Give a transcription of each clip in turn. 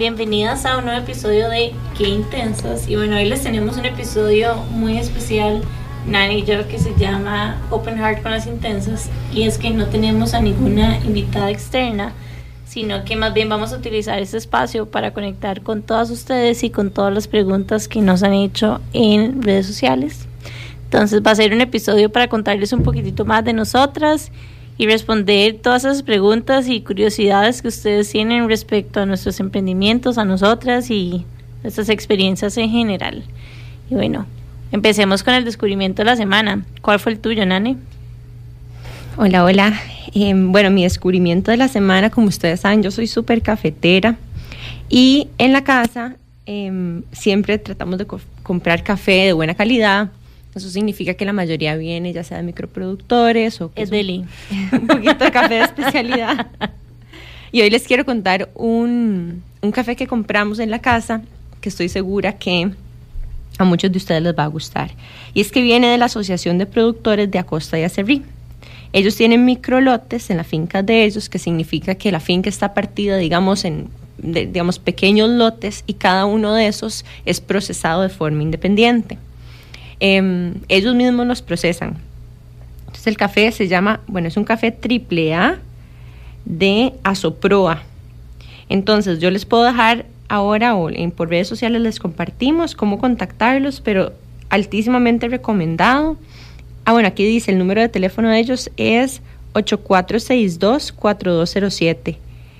bienvenidas a un nuevo episodio de Qué Intensas. Y bueno, hoy les tenemos un episodio muy especial, Nani y yo, que se llama Open Heart con las Intensas. Y es que no tenemos a ninguna invitada externa, sino que más bien vamos a utilizar este espacio para conectar con todas ustedes y con todas las preguntas que nos han hecho en redes sociales. Entonces va a ser un episodio para contarles un poquitito más de nosotras y responder todas esas preguntas y curiosidades que ustedes tienen respecto a nuestros emprendimientos, a nosotras y nuestras experiencias en general. Y bueno, empecemos con el descubrimiento de la semana. ¿Cuál fue el tuyo, Nani? Hola. Bueno, mi descubrimiento de la semana, como ustedes saben, yo soy súper cafetera y en la casa siempre tratamos de comprar café de buena calidad. Eso significa que la mayoría viene ya sea de microproductores o que es deli. Un poquito de café de especialidad. Y hoy les quiero contar un café que compramos en la casa que estoy segura que a muchos de ustedes les va a gustar. Y es que viene de la Asociación de Productores de Acosta y Acerrí. Ellos tienen microlotes en la finca de ellos, que significa que la finca está partida, digamos, en pequeños lotes y cada uno de esos es procesado de forma independiente. Ellos mismos los procesan. Entonces el café se llama, es un café AAA de Asoproa. Entonces yo les puedo dejar ahora o por redes sociales les compartimos cómo contactarlos, pero altísimamente recomendado. Aquí dice el número de teléfono de ellos es 8462-4207.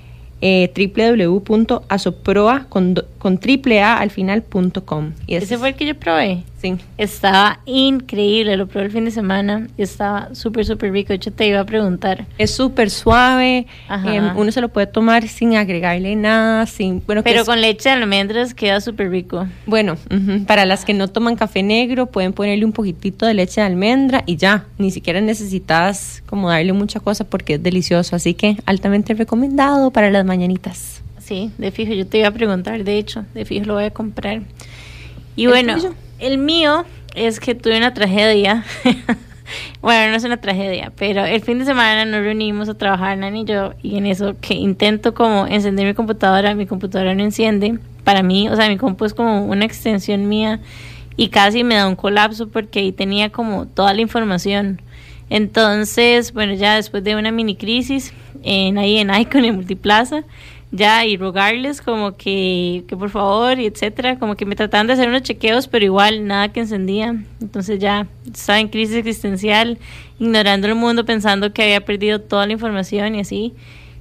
www.asoproa con triple A al final.com. Ese fue el que yo probé. Sí. Estaba increíble, lo probé el fin de semana y estaba súper rico. De hecho te iba a preguntar. Es súper suave, uno se lo puede tomar sin agregarle nada, pero con leche de almendras queda súper rico. Para las que no toman café negro pueden ponerle un poquitito de leche de almendra y ya, ni siquiera necesitas como darle mucha cosa porque es delicioso, así que altamente recomendado para las mañanitas. Sí, de fijo, yo te iba a preguntar, de hecho, de fijo lo voy a comprar. Y bueno, el mío es que tuve una tragedia. Bueno, no es una tragedia, pero el fin de semana nos reunimos a trabajar, Nani y yo, y en eso que intento como encender mi computadora no enciende. Para mí, mi compu es como una extensión mía y casi me da un colapso porque ahí tenía como toda la información. Entonces, ya después de una mini crisis ahí en Icon, en Multiplaza, y rogarles como que por favor y etcétera, como que me trataban de hacer unos chequeos, pero igual nada que encendía. Entonces ya estaba en crisis existencial, ignorando el mundo, pensando que había perdido toda la información y así.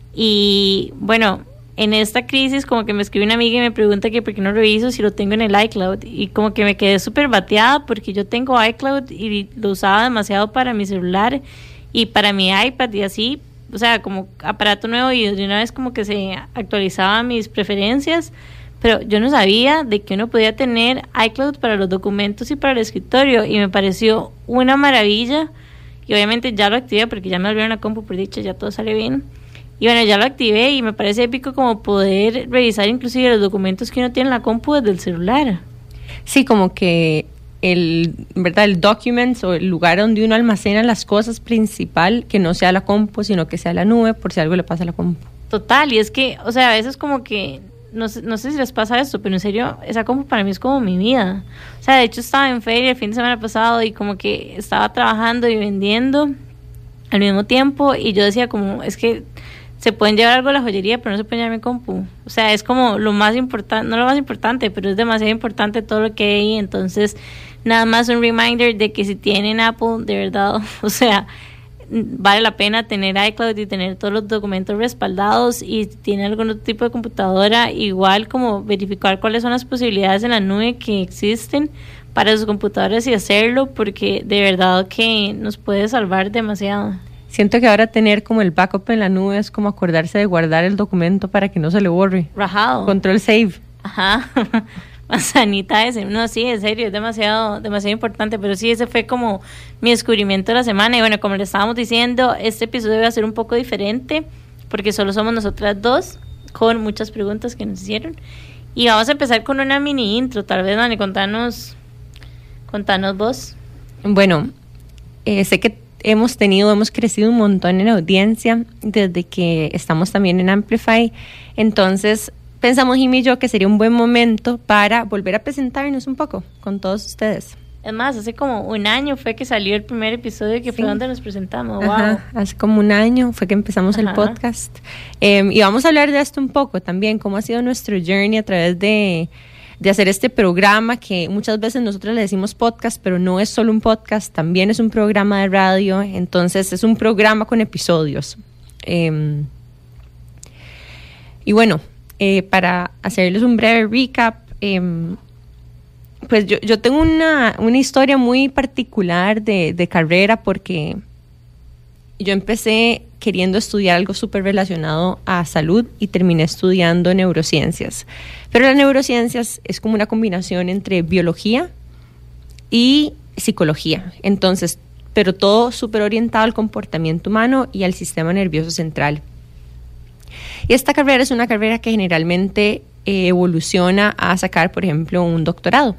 Y bueno, en esta crisis como que me escribe una amiga y me pregunta que por qué no reviso si lo tengo en el iCloud, y como que me quedé súper bateada porque yo tengo iCloud y lo usaba demasiado para mi celular y para mi iPad y así, como aparato nuevo, y de una vez como que se actualizaban mis preferencias, pero yo no sabía de que uno podía tener iCloud para los documentos y para el escritorio, y me pareció una maravilla. Y obviamente ya lo activé porque ya me abrieron la compu, por dicho, ya todo sale bien. Y ya lo activé y me parece épico como poder revisar inclusive los documentos que uno tiene en la compu desde el celular. Sí, como que el documents o el lugar donde uno almacena las cosas principal, que no sea la compu, sino que sea la nube, por si algo le pasa a la compu. Total, y es que, a veces como que, no sé si les pasa esto, pero en serio, esa compu para mí es como mi vida. De hecho estaba en feria el fin de semana pasado y como que estaba trabajando y vendiendo al mismo tiempo, y yo decía como, es que se pueden llevar algo a la joyería, pero no se pueden llevar mi compu. Es como lo más importante, no lo más importante, pero es demasiado importante todo lo que hay ahí. Entonces, nada más un reminder de que si tienen Apple, de verdad, vale la pena tener iCloud y tener todos los documentos respaldados, y si tienen algún otro tipo de computadora, igual como verificar cuáles son las posibilidades en la nube que existen para sus computadoras y hacerlo, porque de verdad que nos puede salvar demasiado. Siento que ahora tener como el backup en la nube es como acordarse de guardar el documento para que no se le borre. Rajado. Control save. Ajá. Manzanita ese. No, sí, en serio, es demasiado importante. Pero sí, ese fue como mi descubrimiento de la semana. Y bueno, como le estábamos diciendo, este episodio va a ser un poco diferente porque solo somos nosotras dos, con muchas preguntas que nos hicieron. Y vamos a empezar con una mini intro. Tal vez, Dani, contanos vos. Bueno, sé que hemos crecido un montón en audiencia desde que estamos también en Amplify. Entonces, pensamos Jimmy y yo que sería un buen momento para volver a presentarnos un poco con todos ustedes. Es más, hace como un año fue que salió el primer episodio que fue donde nos presentamos. Ajá, wow. Hace como un año fue que empezamos el podcast. Y vamos a hablar de esto un poco también, cómo ha sido nuestro journey a través de hacer este programa que muchas veces nosotros le decimos podcast, pero no es solo un podcast, también es un programa de radio, entonces es un programa con episodios. Y bueno, para hacerles un breve recap, pues yo tengo una historia muy particular de carrera, porque yo empecé queriendo estudiar algo súper relacionado a salud y terminé estudiando neurociencias. Pero las neurociencias es como una combinación entre biología y psicología. Entonces, pero todo súper orientado al comportamiento humano y al sistema nervioso central. Y esta carrera es una carrera que generalmente evoluciona a sacar, por ejemplo, un doctorado.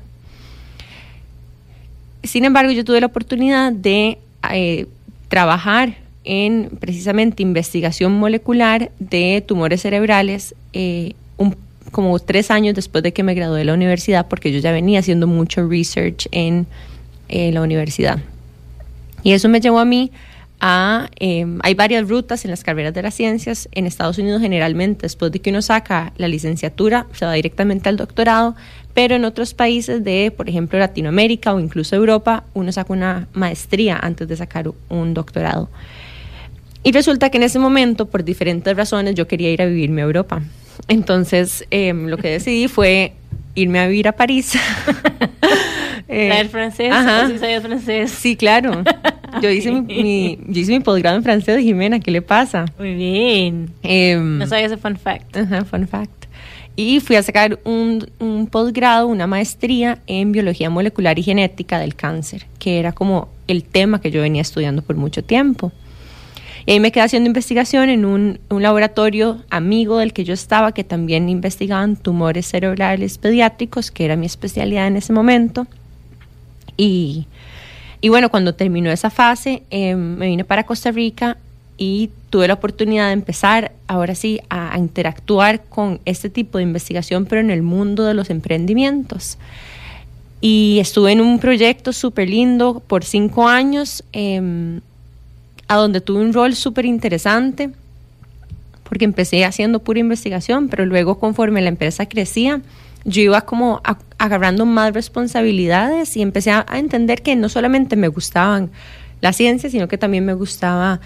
Sin embargo, yo tuve la oportunidad de trabajar en precisamente investigación molecular de tumores cerebrales como 3 años después de que me gradué de la universidad, porque yo ya venía haciendo mucho research en la universidad. Y eso me llevó a mí hay varias rutas en las carreras de las ciencias. En Estados Unidos generalmente después de que uno saca la licenciatura se va directamente al doctorado, pero en otros países de, por ejemplo, Latinoamérica o incluso Europa, uno saca una maestría antes de sacar un doctorado. Y resulta que en ese momento, por diferentes razones, yo quería ir a vivirme a Europa. Entonces, lo que decidí fue irme a vivir a París. ¿Saber francés? Ajá. ¿Sí sabías francés? Sí, claro. Yo hice mi posgrado en francés, Jimena, ¿qué le pasa? Muy bien. No sabía ese fun fact. Ajá, fun fact. Y fui a sacar un posgrado, una maestría en biología molecular y genética del cáncer, que era como el tema que yo venía estudiando por mucho tiempo. Y ahí me quedé haciendo investigación en un laboratorio amigo del que yo estaba, que también investigaban tumores cerebrales pediátricos, que era mi especialidad en ese momento. Y bueno, cuando terminó esa fase, me vine para Costa Rica y tuve la oportunidad de empezar, ahora sí, a interactuar con este tipo de investigación, pero en el mundo de los emprendimientos. Y estuve en un proyecto súper lindo por 5 años, a donde tuve un rol súper interesante, porque empecé haciendo pura investigación, pero luego conforme la empresa crecía, yo iba como agarrando más responsabilidades y empecé a entender que no solamente me gustaban la ciencia, sino que también me gustaba,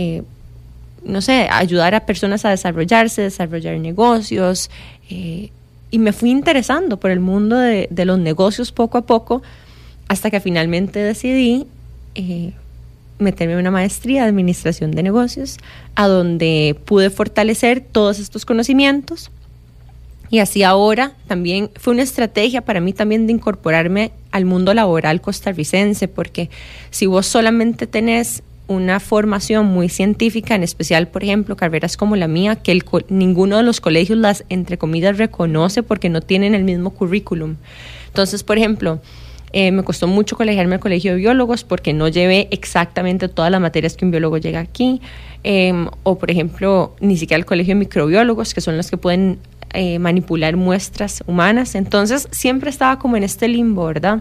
ayudar a personas a desarrollar negocios, y me fui interesando por el mundo de los negocios poco a poco, hasta que finalmente decidí meterme en una maestría de administración de negocios, a donde pude fortalecer todos estos conocimientos. Y así ahora también fue una estrategia para mí también de incorporarme al mundo laboral costarricense, porque si vos solamente tenés una formación muy científica, en especial, por ejemplo, carreras como la mía, que ninguno de los colegios las, entre comillas, reconoce porque no tienen el mismo currículum. Entonces, por ejemplo, me costó mucho colegiarme al colegio de biólogos porque no llevé exactamente todas las materias que un biólogo llega aquí, o por ejemplo, ni siquiera al colegio de microbiólogos, que son los que pueden manipular muestras humanas. Entonces siempre estaba como en este limbo, ¿verdad?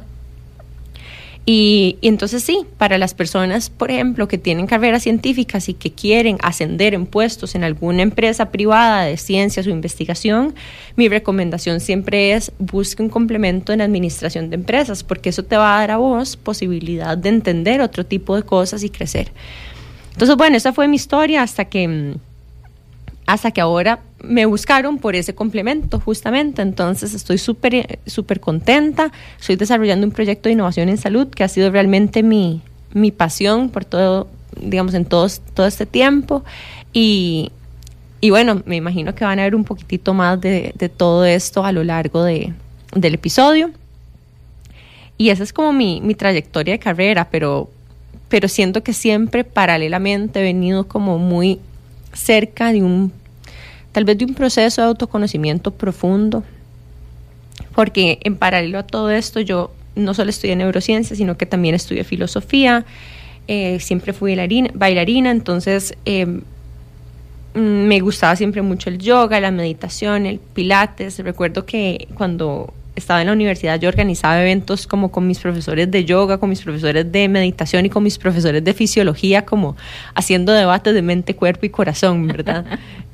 Y entonces sí, para las personas, por ejemplo, que tienen carreras científicas y que quieren ascender en puestos en alguna empresa privada de ciencias o investigación, mi recomendación siempre es busque un complemento en administración de empresas, porque eso te va a dar a vos posibilidad de entender otro tipo de cosas y crecer. Entonces, bueno, esa fue mi historia hasta que ahora me buscaron por ese complemento, justamente. Entonces estoy súper contenta. Estoy desarrollando un proyecto de innovación en salud que ha sido realmente mi pasión por todo, digamos, en todo este tiempo. Y bueno, me imagino que van a ver un poquitito más de todo esto a lo largo del episodio. Y esa es como mi trayectoria de carrera, pero siento que siempre paralelamente he venido como muy cerca de tal vez de un proceso de autoconocimiento profundo, porque en paralelo a todo esto yo no solo estudié neurociencia, sino que también estudié filosofía, siempre fui bailarina, entonces me gustaba siempre mucho el yoga, la meditación, el pilates. Recuerdo que cuando estaba en la universidad yo organizaba eventos como con mis profesores de yoga, con mis profesores de meditación y con mis profesores de fisiología, como haciendo debates de mente, cuerpo y corazón, ¿verdad?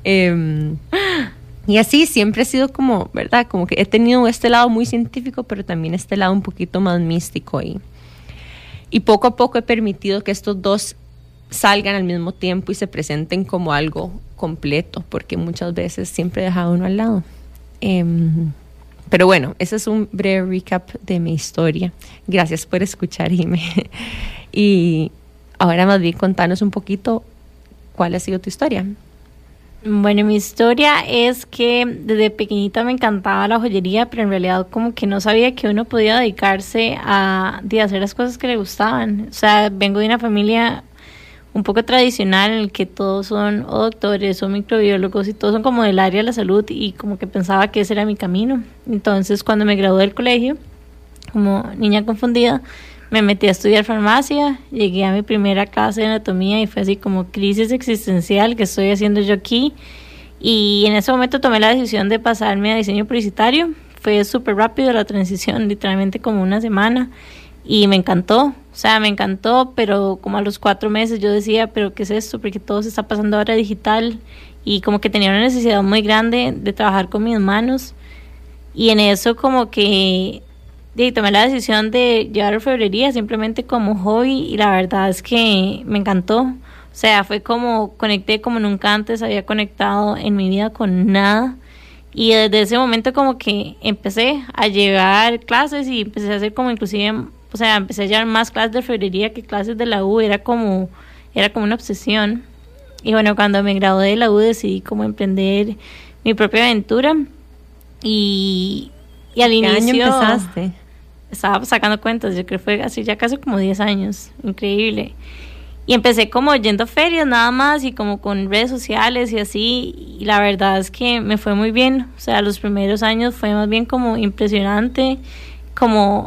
Y así siempre he sido como, ¿verdad? Como que he tenido este lado muy científico, pero también este lado un poquito más místico. Y poco a poco he permitido que estos dos salgan al mismo tiempo y se presenten como algo completo, porque muchas veces siempre he dejado uno al lado. Pero bueno, ese es un breve recap de mi historia. Gracias por escuchar, Jimé. Y ahora más bien contanos un poquito cuál ha sido tu historia. Bueno, mi historia es que desde pequeñita me encantaba la joyería, pero en realidad como que no sabía que uno podía dedicarse a hacer las cosas que le gustaban. O sea, vengo de una familia un poco tradicional en el que todos son o doctores o microbiólogos y todos son como del área de la salud, y como que pensaba que ese era mi camino. Entonces, cuando me gradué del colegio, como niña confundida, me metí a estudiar farmacia, llegué a mi primera clase de anatomía y fue así como crisis existencial, ¿qué estoy haciendo yo aquí? Y en ese momento tomé la decisión de pasarme a diseño publicitario. Fue súper rápido la transición, literalmente como una semana, y me encantó. O sea, me encantó, pero como a los 4 meses yo decía, ¿pero qué es esto? Porque todo se está pasando ahora digital, y como que tenía una necesidad muy grande de trabajar con mis manos, y en eso como que tomé la decisión de llevar orfebrería simplemente como hobby, y la verdad es que me encantó. O sea, fue como conecté como nunca antes había conectado en mi vida con nada, y desde ese momento como que empecé a llevar clases y empecé a hacer como inclusive, o sea, empecé a llevar más clases de orfebrería que clases de la U. Era como una obsesión. Y bueno, cuando me gradué de la U decidí como emprender mi propia aventura, y al inicio... ¿Qué año empezaste? Estaba sacando cuentas, yo creo que fue así ya casi como 10 años, increíble. Y empecé como yendo a ferias nada más y como con redes sociales y así, y la verdad es que me fue muy bien. O sea, los primeros años fue más bien como impresionante, como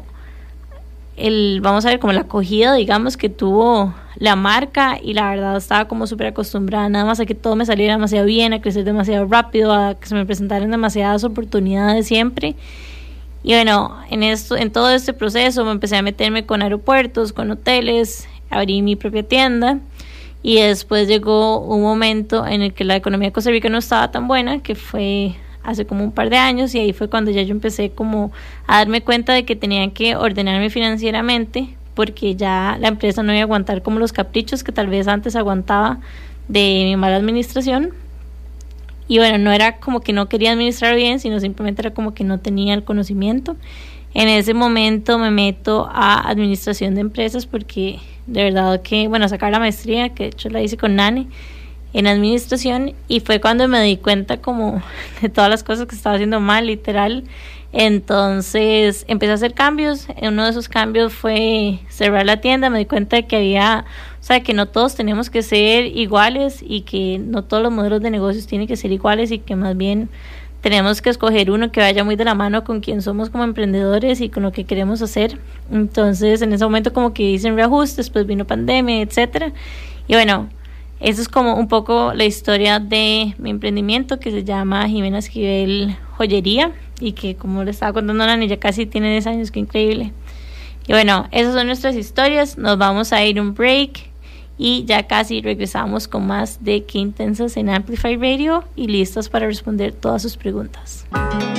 vamos a ver, como la acogida, digamos, que tuvo la marca, y la verdad estaba como súper acostumbrada nada más a que todo me saliera demasiado bien, a crecer demasiado rápido, a que se me presentaran demasiadas oportunidades siempre. Y bueno, en todo este proceso me empecé a meterme con aeropuertos, con hoteles, abrí mi propia tienda, y después llegó un momento en el que la economía de Costa Rica no estaba tan buena, que fue hace como un par de años, y ahí fue cuando ya yo empecé como a darme cuenta de que tenía que ordenarme financieramente, porque ya la empresa no iba a aguantar como los caprichos que tal vez antes aguantaba de mi mala administración. Y bueno, no era como que no quería administrar bien, sino simplemente era como que no tenía el conocimiento. En ese momento me meto a administración de empresas, porque de verdad que, bueno, sacar la maestría, que de hecho la hice con Nane, en administración, y fue cuando me di cuenta como de todas las cosas que estaba haciendo mal, literal. Entonces empecé a hacer cambios. Uno de esos cambios fue cerrar la tienda. Me di cuenta de que había, o sea, que no todos tenemos que ser iguales, y que no todos los modelos de negocios tienen que ser iguales, y que más bien tenemos que escoger uno que vaya muy de la mano con quien somos como emprendedores y con lo que queremos hacer. Entonces en ese momento como que hice un reajuste, después vino pandemia, etcétera. Y bueno, eso es como un poco la historia de mi emprendimiento, que se llama Jimena Esquivel Joyería, y que, como le estaba contando a Nani, ya casi tiene 10 años, qué increíble. Y bueno, esas son nuestras historias. Nos vamos a ir un break y ya casi regresamos con más de Qué Intensas en Amplify Radio, y listos para responder todas sus preguntas.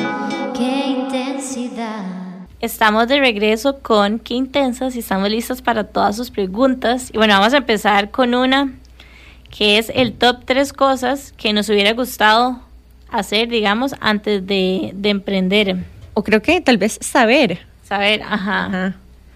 Qué intensidad. Estamos de regreso con Qué Intensas y estamos listos para todas sus preguntas. Y bueno, vamos a empezar con una que es el top 3 cosas que nos hubiera gustado hacer, digamos, antes de emprender. O creo que tal vez saber. Ajá.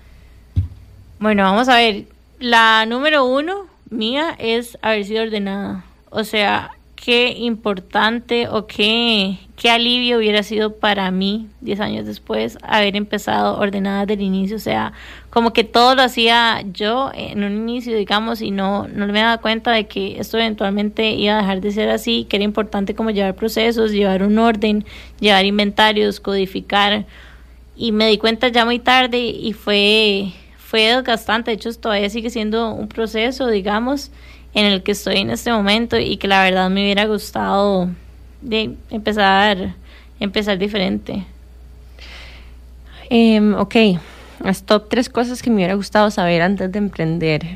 Bueno, vamos a ver. La número 1 mía es haber sido ordenada. O sea, qué importante o qué alivio hubiera sido para mí 10 años después haber empezado ordenada desde el inicio. O sea, como que todo lo hacía yo en un inicio, digamos, y no me daba cuenta de que esto eventualmente iba a dejar de ser así, que era importante como llevar procesos, llevar un orden, llevar inventarios, codificar, y me di cuenta ya muy tarde, y fue desgastante. De hecho, todavía sigue siendo un proceso, digamos. en el que estoy en este momento y que la verdad me hubiera gustado de empezar diferente. Ok, las top 3 cosas que me hubiera gustado saber antes de emprender.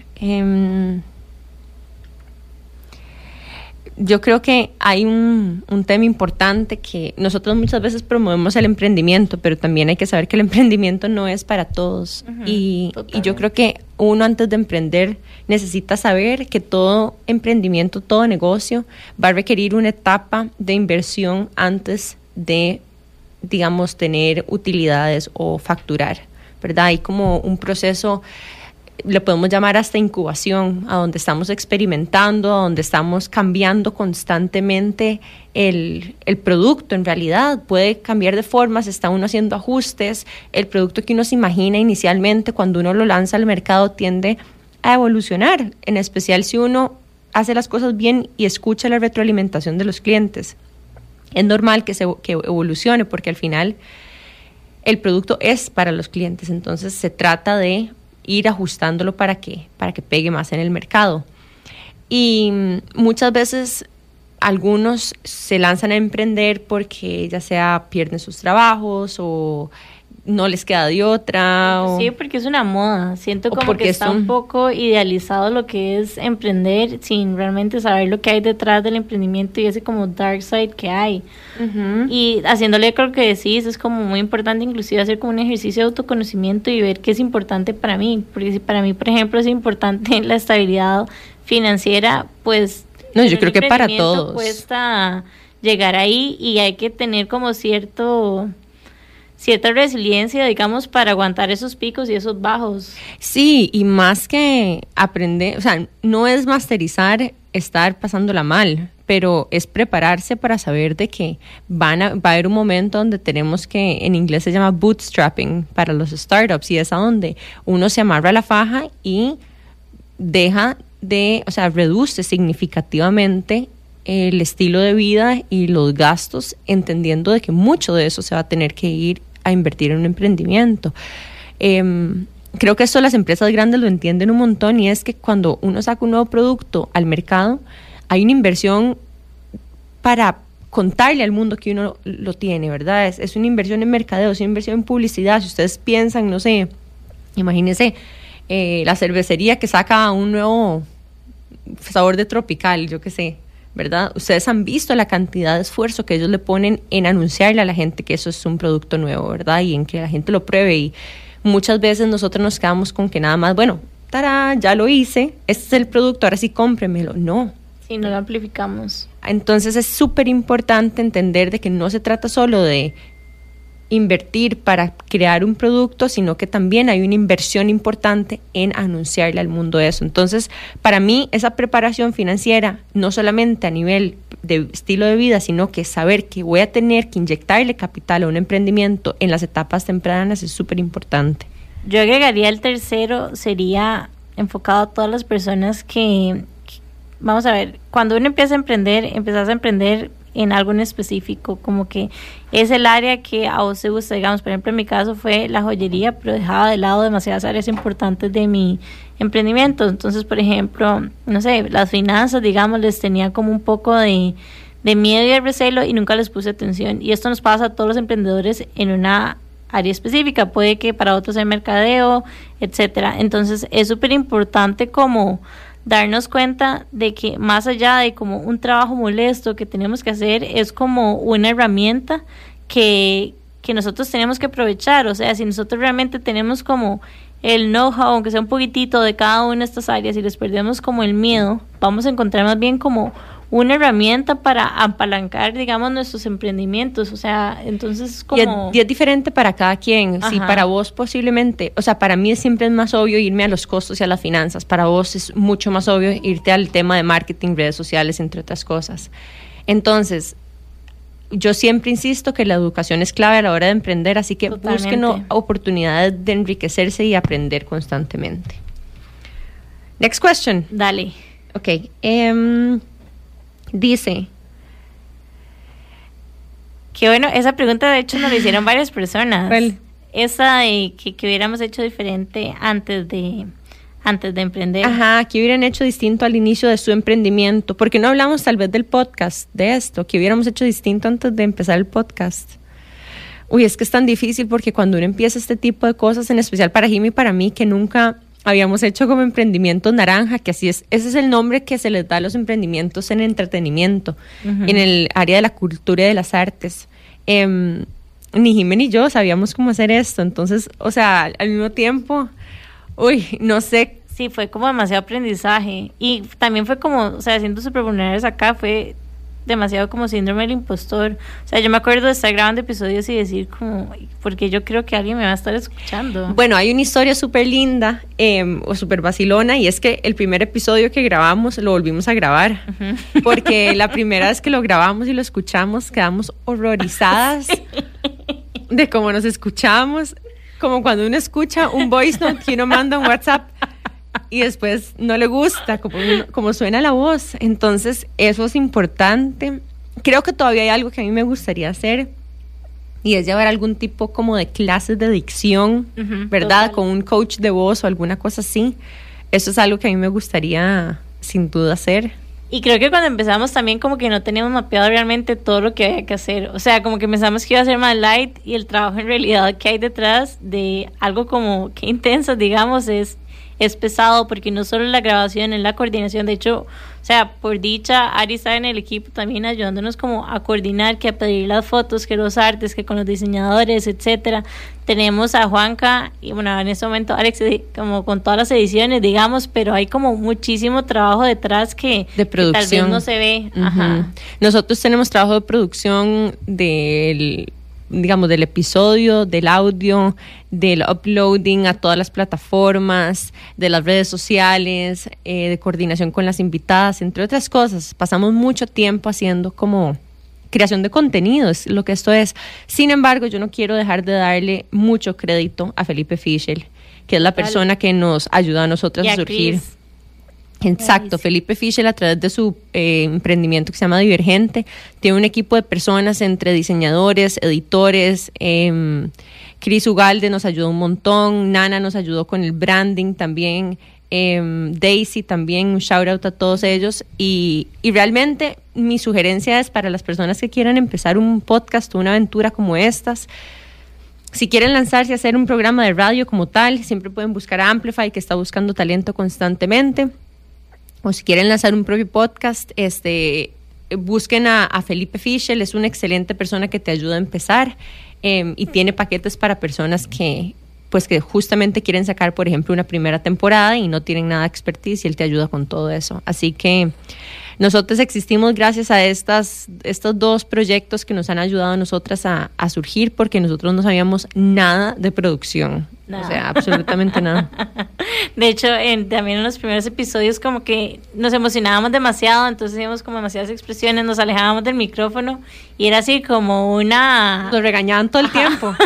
Yo creo que hay un tema importante que nosotros muchas veces promovemos el emprendimiento, pero también hay que saber que el emprendimiento no es para todos. Y yo creo que uno antes de emprender necesita saber que todo emprendimiento, todo negocio va a requerir una etapa de inversión antes de, digamos, tener utilidades o facturar, ¿verdad? Hay como un proceso, le podemos llamar hasta incubación, a donde estamos experimentando, a donde estamos cambiando constantemente el producto. En realidad puede cambiar de forma, se está uno haciendo ajustes. El producto que uno se imagina inicialmente cuando uno lo lanza al mercado tiende a evolucionar, en especial si uno hace las cosas bien y escucha la retroalimentación de los clientes. Es normal que evolucione, porque al final el producto es para los clientes, entonces se trata de ir ajustándolo para que pegue más en el mercado. Y muchas veces algunos se lanzan a emprender porque ya sea pierden sus trabajos o no les queda de otra. Sí, porque es una moda. Siento como que está un poco idealizado lo que es emprender sin realmente saber lo que hay detrás del emprendimiento y ese como dark side que hay. Y haciéndole, creo que decís, es como muy importante inclusive hacer como un ejercicio de autoconocimiento y ver qué es importante para mí. Porque si para mí, por ejemplo, es importante la estabilidad financiera, pues no, yo creo que para todos cuesta llegar ahí y hay que tener como cierta resiliencia, digamos, para aguantar esos picos y esos bajos. Sí, y más que aprender, o sea, no es masterizar estar pasándola mal, pero es prepararse para saber de que va a haber un momento donde tenemos que, en inglés se llama bootstrapping para los startups, y es a donde uno se amarra a la faja y reduce significativamente el estilo de vida y los gastos, entendiendo de que mucho de eso se va a tener que ir a invertir en un emprendimiento. Creo que esto las empresas grandes lo entienden un montón, y es que cuando uno saca un nuevo producto al mercado, hay una inversión para contarle al mundo que uno lo tiene, ¿verdad? Es una inversión en mercadeo, es una inversión en publicidad. Si ustedes piensan, no sé, imagínense la cervecería que saca un nuevo sabor de tropical, yo qué sé, ¿verdad? Ustedes han visto la cantidad de esfuerzo que ellos le ponen en anunciarle a la gente que eso es un producto nuevo, ¿verdad? Y en que la gente lo pruebe, y muchas veces nosotros nos quedamos con que nada más, bueno, tará, ya lo hice, este es el producto, ahora sí cómpremelo. No. Sí, no lo amplificamos. Entonces es súper importante entender de que no se trata solo de invertir para crear un producto, sino que también hay una inversión importante en anunciarle al mundo eso. Entonces, para mí, esa preparación financiera, no solamente a nivel de estilo de vida, sino que saber que voy a tener que inyectarle capital a un emprendimiento en las etapas tempranas es súper importante. Yo agregaría el tercero, sería enfocado a todas las personas que vamos a ver, cuando uno empieza a emprender, empezás a emprender en algo en específico, como que es el área que a vos te gusta, digamos. Por ejemplo, en mi caso fue la joyería, pero dejaba de lado demasiadas áreas importantes de mi emprendimiento. Entonces, por ejemplo, no sé, las finanzas, digamos, les tenía como un poco de miedo y de recelo y nunca les puse atención. Y esto nos pasa a todos los emprendedores en una área específica, puede que para otros sea mercadeo, etcétera. Entonces, es súper importante como darnos cuenta de que más allá de como un trabajo molesto que tenemos que hacer, es como una herramienta que nosotros tenemos que aprovechar. O sea, si nosotros realmente tenemos como el know-how, aunque sea un poquitito de cada una de estas áreas, y les perdemos como el miedo, vamos a encontrar más bien como una herramienta para apalancar, digamos, nuestros emprendimientos. O sea, entonces como... Y es diferente para cada quien. Ajá. Si para vos posiblemente, o sea, para mí siempre es más obvio irme a los costos y a las finanzas. Para vos es mucho más obvio irte al tema de marketing, redes sociales, entre otras cosas. Entonces, yo siempre insisto que la educación es clave a la hora de emprender, así que Totalmente. busquen oportunidades de enriquecerse y aprender constantemente. Next question. Dale. Ok. Dice... Que bueno, esa pregunta de hecho nos la hicieron varias personas. ¿Cuál? Esa de que hubiéramos hecho diferente antes de antes de emprender. Ajá, ¿qué hubieran hecho distinto al inicio de su emprendimiento? Porque no hablamos tal vez del podcast, de esto, ¿qué hubiéramos hecho distinto antes de empezar el podcast? Uy, es que es tan difícil porque cuando uno empieza este tipo de cosas, en especial para Jimmy y para mí, que nunca habíamos hecho como emprendimiento naranja, que así es, ese es el nombre que se les da a los emprendimientos en entretenimiento, en el área de la cultura y de las artes. Ni Jimmy ni yo sabíamos cómo hacer esto, entonces, o sea, al mismo tiempo, uy, no sé. Sí, fue como demasiado aprendizaje y también fue como, o sea, siendo súper vulnerables acá, fue demasiado como síndrome del impostor. O sea, yo me acuerdo de estar grabando episodios y decir como, porque yo creo que alguien me va a estar escuchando. Bueno, hay una historia súper linda o súper vacilona, y es que el primer episodio que grabamos lo volvimos a grabar, porque la primera vez que lo grabamos y lo escuchamos quedamos horrorizadas de cómo nos escuchamos, como cuando uno escucha un voice note que uno manda un WhatsApp y después no le gusta como suena la voz. Entonces eso es importante. Creo que todavía hay algo que a mí me gustaría hacer, y es llevar algún tipo como de clases de dicción, ¿verdad? Total. Con un coach de voz o alguna cosa así. Eso es algo que a mí me gustaría sin duda hacer. Y creo que cuando empezamos también como que no teníamos mapeado realmente todo lo que había que hacer. O sea, como que pensamos que iba a ser más light, y el trabajo en realidad que hay detrás de algo como que intenso, digamos, es pesado, porque no solo la grabación, es la coordinación. De hecho, o sea, por dicha, Ari está en el equipo también ayudándonos como a coordinar, que a pedir las fotos, que los artes, que con los diseñadores, etcétera. Tenemos a Juanca y bueno, en este momento Alex como con todas las ediciones, digamos, pero hay como muchísimo trabajo detrás que tal vez no se ve. Ajá. Nosotros tenemos trabajo de producción del episodio, del audio, del uploading a todas las plataformas, de las redes sociales, de coordinación con las invitadas, entre otras cosas. Pasamos mucho tiempo haciendo como creación de contenido, es lo que esto es. Sin embargo, yo no quiero dejar de darle mucho crédito a Felipe Fischel, que es la persona que nos ayuda a nosotras a surgir. Chris. Exacto, Felipe Fischel, a través de su emprendimiento que se llama Divergente, tiene un equipo de personas entre diseñadores, editores. Cris Ugalde nos ayudó un montón, Nana nos ayudó con el branding también, Daisy también, un shout out a todos ellos. Y realmente mi sugerencia es para las personas que quieran empezar un podcast o una aventura como estas. Si quieren lanzarse a hacer un programa de radio como tal, siempre pueden buscar a Amplify, que está buscando talento constantemente. O si quieren lanzar un propio podcast, busquen a Felipe Fischel, es una excelente persona que te ayuda a empezar, y tiene paquetes para personas que justamente quieren sacar, por ejemplo, una primera temporada y no tienen nada de expertise, y él te ayuda con todo eso. Así que nosotros existimos gracias a estos dos proyectos que nos han ayudado a nosotras a surgir, porque nosotros no sabíamos nada de producción. No. O sea, absolutamente nada. De hecho, también en los primeros episodios como que nos emocionábamos demasiado, entonces hacíamos como demasiadas expresiones, nos alejábamos del micrófono y era así como Nos regañaban todo el tiempo.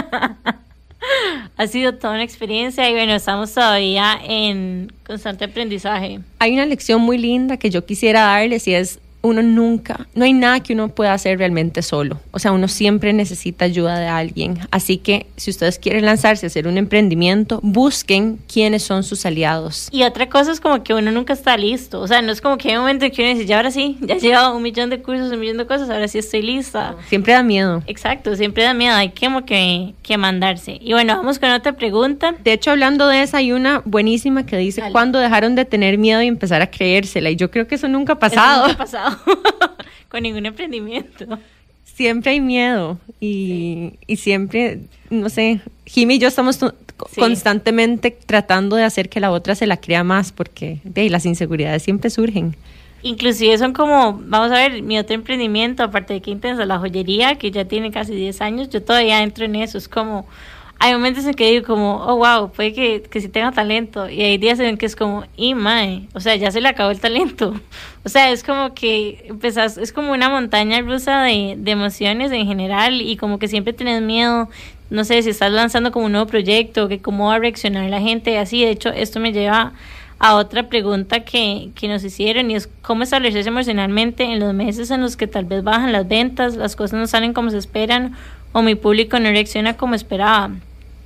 Ha sido toda una experiencia y bueno, estamos todavía en constante aprendizaje. Hay una lección muy linda que yo quisiera darles, y es: no hay nada que uno pueda hacer realmente solo. O sea, uno siempre necesita ayuda de alguien. Así que si ustedes quieren lanzarse a hacer un emprendimiento, busquen quiénes son sus aliados. Y otra cosa es como que uno nunca está listo. O sea, no es como que hay un momento en que uno dice, ya ahora sí, ya he llevado 1 millón de cursos, 1 millón de cosas, ahora sí estoy lista. Siempre da miedo. Exacto, siempre da miedo. Hay como que mandarse. Y bueno, vamos con otra pregunta. De hecho, hablando de esa, hay una buenísima que dice: ¿cuándo dejaron de tener miedo y empezar a creérsela? Y yo creo que eso nunca ha pasado. Eso nunca ha pasado. Con ningún emprendimiento. Siempre hay miedo y siempre, no sé, Jimmy y yo estamos constantemente tratando de hacer que la otra se la crea más, porque las inseguridades siempre surgen. Inclusive son como, vamos a ver, mi otro emprendimiento, aparte de que intensa, la joyería, que ya tiene casi 10 años, yo todavía entro en eso. Es como, hay momentos en que digo como, oh wow, puede que sí tenga talento, y hay días en que es como, o sea, ya se le acabó el talento. O sea, es como que empezás, es como una montaña rusa de emociones en general, y como que siempre tenés miedo, no sé, si estás lanzando como un nuevo proyecto, que cómo va a reaccionar la gente, así. De hecho, esto me lleva a otra pregunta que nos hicieron, y es cómo establecerse emocionalmente en los meses en los que tal vez bajan las ventas, las cosas no salen como se esperan, o mi público no reacciona como esperaba.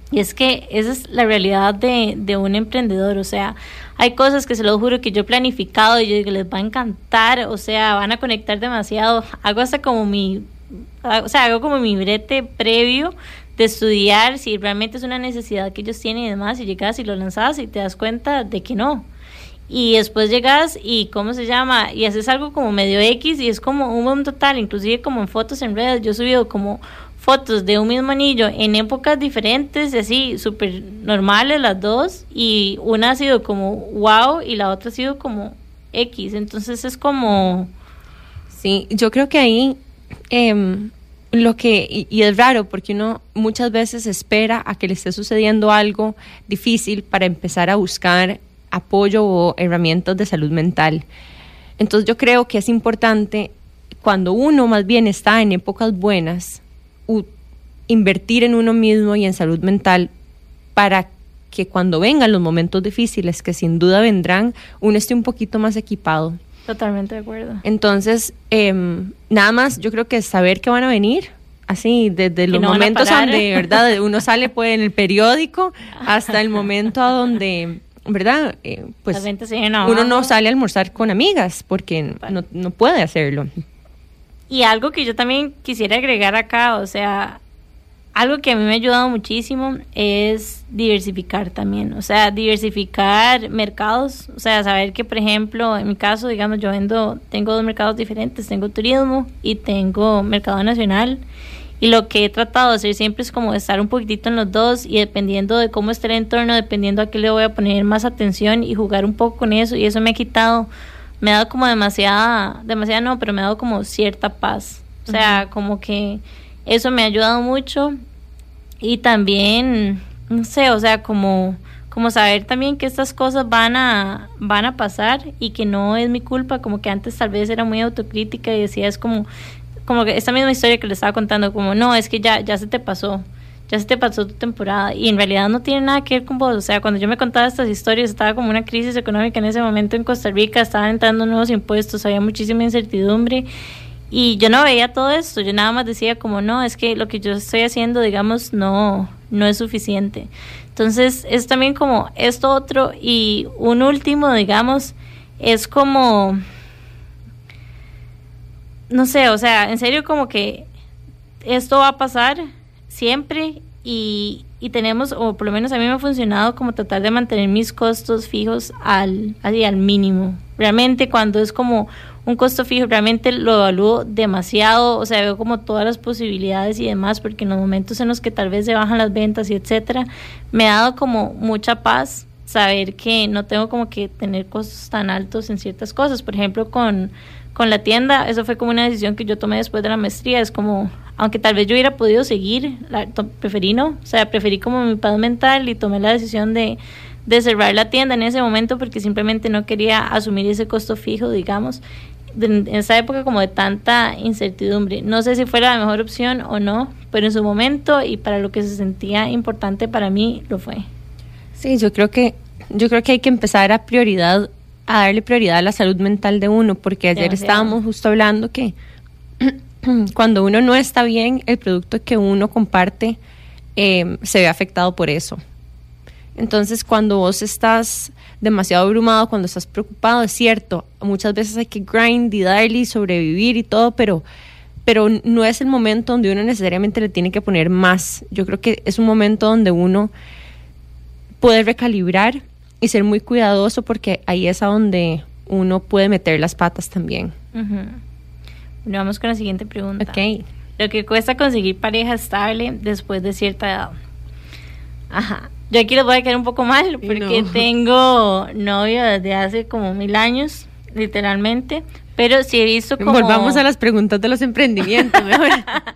Y es que esa es la realidad de un emprendedor, o sea, hay cosas que se lo juro que yo he planificado y yo digo, les va a encantar, o sea, van a conectar demasiado, hago como mi brete previo de estudiar si realmente es una necesidad que ellos tienen y demás, y llegas y lo lanzas y te das cuenta de que no. Y después llegas y, ¿cómo se llama? Y haces algo como medio X y es como un boom total, inclusive como en fotos en redes, yo he subido como fotos de un mismo anillo en épocas diferentes, así, súper normales las dos, y una ha sido como wow y la otra ha sido como X, entonces es como... Sí, yo creo que ahí y es raro porque uno muchas veces espera a que le esté sucediendo algo difícil para empezar a buscar apoyo o herramientas de salud mental. Entonces yo creo que es importante, cuando uno más bien está en épocas buenas, invertir en uno mismo y en salud mental para que cuando vengan los momentos difíciles, que sin duda vendrán, uno esté un poquito más equipado. Totalmente de acuerdo. Entonces, nada más yo creo que saber que van a venir, así, desde los momentos donde, ¿verdad? Uno sale pues en el periódico hasta el momento a donde, ¿verdad? Pues uno no sale a almorzar con amigas porque no puede hacerlo. Y algo que yo también quisiera agregar acá, o sea, algo que a mí me ha ayudado muchísimo es diversificar también, o sea, diversificar mercados, o sea, saber que, por ejemplo, en mi caso, digamos, tengo dos mercados diferentes, tengo turismo y tengo mercado nacional, y lo que he tratado de hacer siempre es como estar un poquitito en los dos, y dependiendo de cómo esté el entorno, dependiendo a qué le voy a poner más atención y jugar un poco con eso, y eso me ha dado como demasiada no, pero me ha dado como cierta paz, o sea, como que eso me ha ayudado mucho. Y también, no sé, o sea, como saber también que estas cosas van a pasar y que no es mi culpa, como que antes tal vez era muy autocrítica y decía, es como que esta misma historia que le estaba contando, como no, es que ya se te pasó tu temporada, y en realidad no tiene nada que ver con vos. O sea, cuando yo me contaba estas historias, estaba como una crisis económica en ese momento en Costa Rica, estaban entrando nuevos impuestos, había muchísima incertidumbre, y yo no veía todo esto, yo nada más decía como no, es que lo que yo estoy haciendo, digamos, no es suficiente. Entonces es también como esto otro. Y un último, digamos, es como, no sé, o sea, en serio, como que esto va a pasar siempre, y tenemos, o por lo menos a mí me ha funcionado, como tratar de mantener mis costos fijos al mínimo. Realmente cuando es como un costo fijo, realmente lo evalúo demasiado, o sea, veo como todas las posibilidades y demás, porque en los momentos en los que tal vez se bajan las ventas y etcétera, me ha dado como mucha paz saber que no tengo como que tener costos tan altos en ciertas cosas. Por ejemplo, con la tienda, eso fue como una decisión que yo tomé después de la maestría, es como, aunque tal vez yo hubiera podido seguir, preferí como mi paz mental y tomé la decisión de cerrar la tienda en ese momento, porque simplemente no quería asumir ese costo fijo, digamos, en esa época como de tanta incertidumbre. No sé si fuera la mejor opción o no, pero en su momento y para lo que se sentía importante para mí, lo fue. Sí, yo creo que hay que empezar a darle prioridad a la salud mental de uno, porque ayer estábamos justo hablando que cuando uno no está bien, el producto que uno comparte se ve afectado por eso. Entonces, cuando vos estás demasiado abrumado, cuando estás preocupado, es cierto, muchas veces hay que grind y darle y sobrevivir y todo, pero no es el momento donde uno necesariamente le tiene que poner más. Yo creo que es un momento donde uno puede recalibrar y ser muy cuidadoso, porque ahí es a donde uno puede meter las patas también. Bueno, vamos con la siguiente pregunta. Okay. Lo que cuesta conseguir pareja estable después de cierta edad. Ajá. Yo aquí les voy a quedar un poco mal porque tengo novio desde hace como 1000 años, literalmente, pero sí he visto como... Volvamos a las preguntas de los emprendimientos, mejor.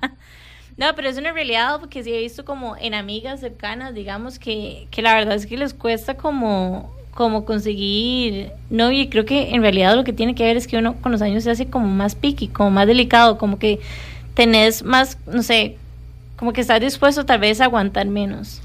No, pero es una realidad, porque sí he visto como en amigas cercanas, digamos, que la verdad es que les cuesta como conseguir novio, y creo que en realidad lo que tiene que ver es que uno con los años se hace como más picky, como más delicado, como que tenés más, no sé, como que estás dispuesto tal vez a aguantar menos.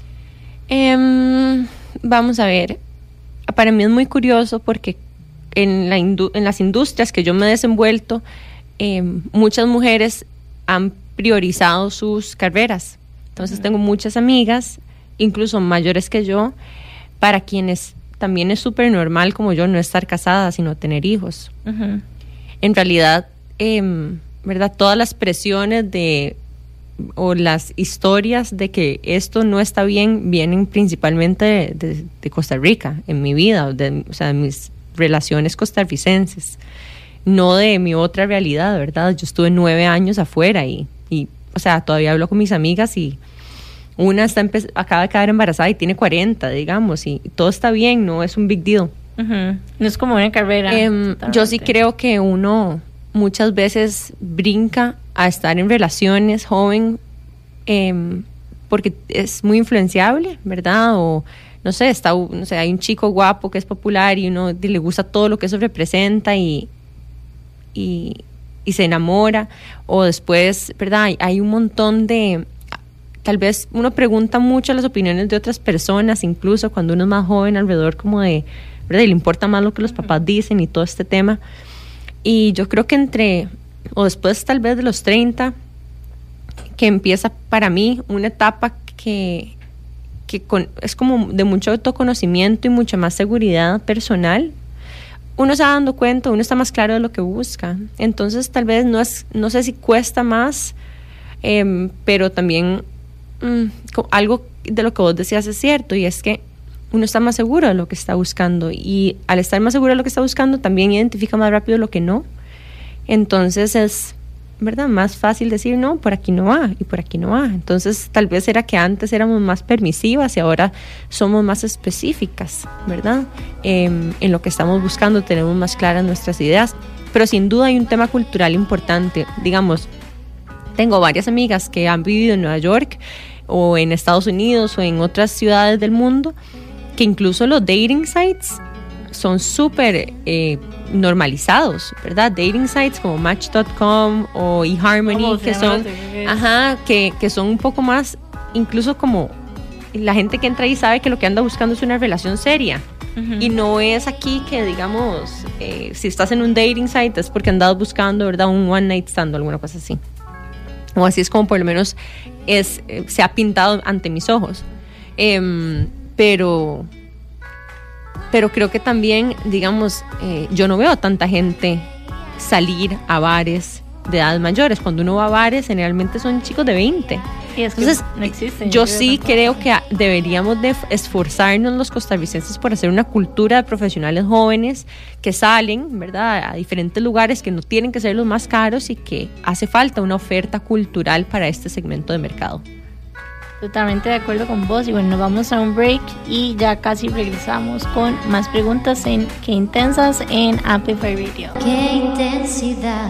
Vamos a ver, para mí es muy curioso porque en las industrias que yo me he desenvuelto, muchas mujeres han priorizado sus carreras. Entonces tengo muchas amigas incluso mayores que yo, para quienes también es súper normal como yo no estar casada, sino tener hijos. Uh-huh. En realidad, ¿verdad? Todas las presiones o las historias de que esto no está bien vienen principalmente de Costa Rica, en mi vida, de mis relaciones costarricenses, no de mi otra realidad, ¿verdad? Yo estuve 9 años afuera y o sea, todavía hablo con mis amigas y una acaba de quedar embarazada y tiene 40, digamos, y todo está bien, no es un big deal. Uh-huh. No es como una carrera. Yo sí creo que uno muchas veces brinca a estar en relaciones joven porque es muy influenciable, ¿verdad? O no sé, hay un chico guapo que es popular y uno le gusta todo lo que eso representa y se enamora, o después, ¿verdad? Hay un montón de... Tal vez uno pregunta mucho las opiniones de otras personas, incluso cuando uno es más joven, alrededor como de, ¿verdad? Y le importa más lo que los papás dicen y todo este tema. Y yo creo que o después tal vez de los 30, que empieza para mí una etapa que es como de mucho autoconocimiento y mucha más seguridad personal. Uno se va dando cuenta, uno está más claro de lo que busca. Entonces tal vez no sé si cuesta más, pero también algo de lo que vos decías es cierto, y es que uno está más seguro de lo que está buscando, y al estar más seguro de lo que está buscando también identifica más rápido lo que no. Entonces es, ¿verdad?, más fácil decir no, por aquí no va y por aquí no va. Entonces tal vez era que antes éramos más permisivas y ahora somos más específicas, ¿verdad? En lo que estamos buscando tenemos más claras nuestras ideas, pero sin duda hay un tema cultural importante. Digamos, tengo varias amigas que han vivido en Nueva York o en Estados Unidos o en otras ciudades del mundo, que incluso los dating sites son súper normalizados, ¿verdad? Dating sites como Match.com o eHarmony, que son un poco más, incluso como la gente que entra ahí sabe que lo que anda buscando es una relación seria. Uh-huh. Y no es aquí que, digamos, si estás en un dating site es porque andas buscando, ¿verdad?, un one night stand o alguna cosa así. O así es como por lo menos se ha pintado ante mis ojos. Pero creo que también, digamos, yo no veo a tanta gente salir a bares de edades mayores. Cuando uno va a bares, generalmente son chicos de 20. Sí, es que entonces, no existen. Yo sí creo que deberíamos de esforzarnos los costarricenses por hacer una cultura de profesionales jóvenes que salen, ¿verdad?, a diferentes lugares que no tienen que ser los más caros, y que hace falta una oferta cultural para este segmento de mercado. Totalmente de acuerdo con vos. Y bueno, nos vamos a un break y ya casi regresamos con más preguntas en Qué Intensas en Amplify Radio. Qué intensidad.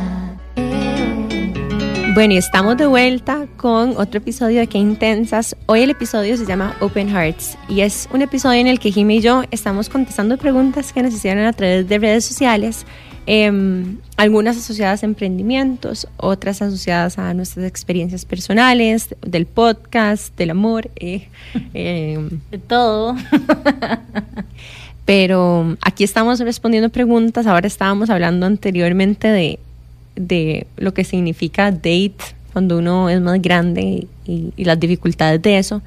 Bueno, y estamos de vuelta con otro episodio de Qué Intensas. Hoy el episodio se llama Open Hearts y es un episodio en el que Jimmy y yo estamos contestando preguntas que nos hicieron a través de redes sociales, algunas asociadas a emprendimientos, otras asociadas a nuestras experiencias personales, del podcast, del amor, de todo. Pero aquí estamos respondiendo preguntas. Ahora estábamos hablando anteriormente de lo que significa date cuando uno es más grande y las dificultades de eso.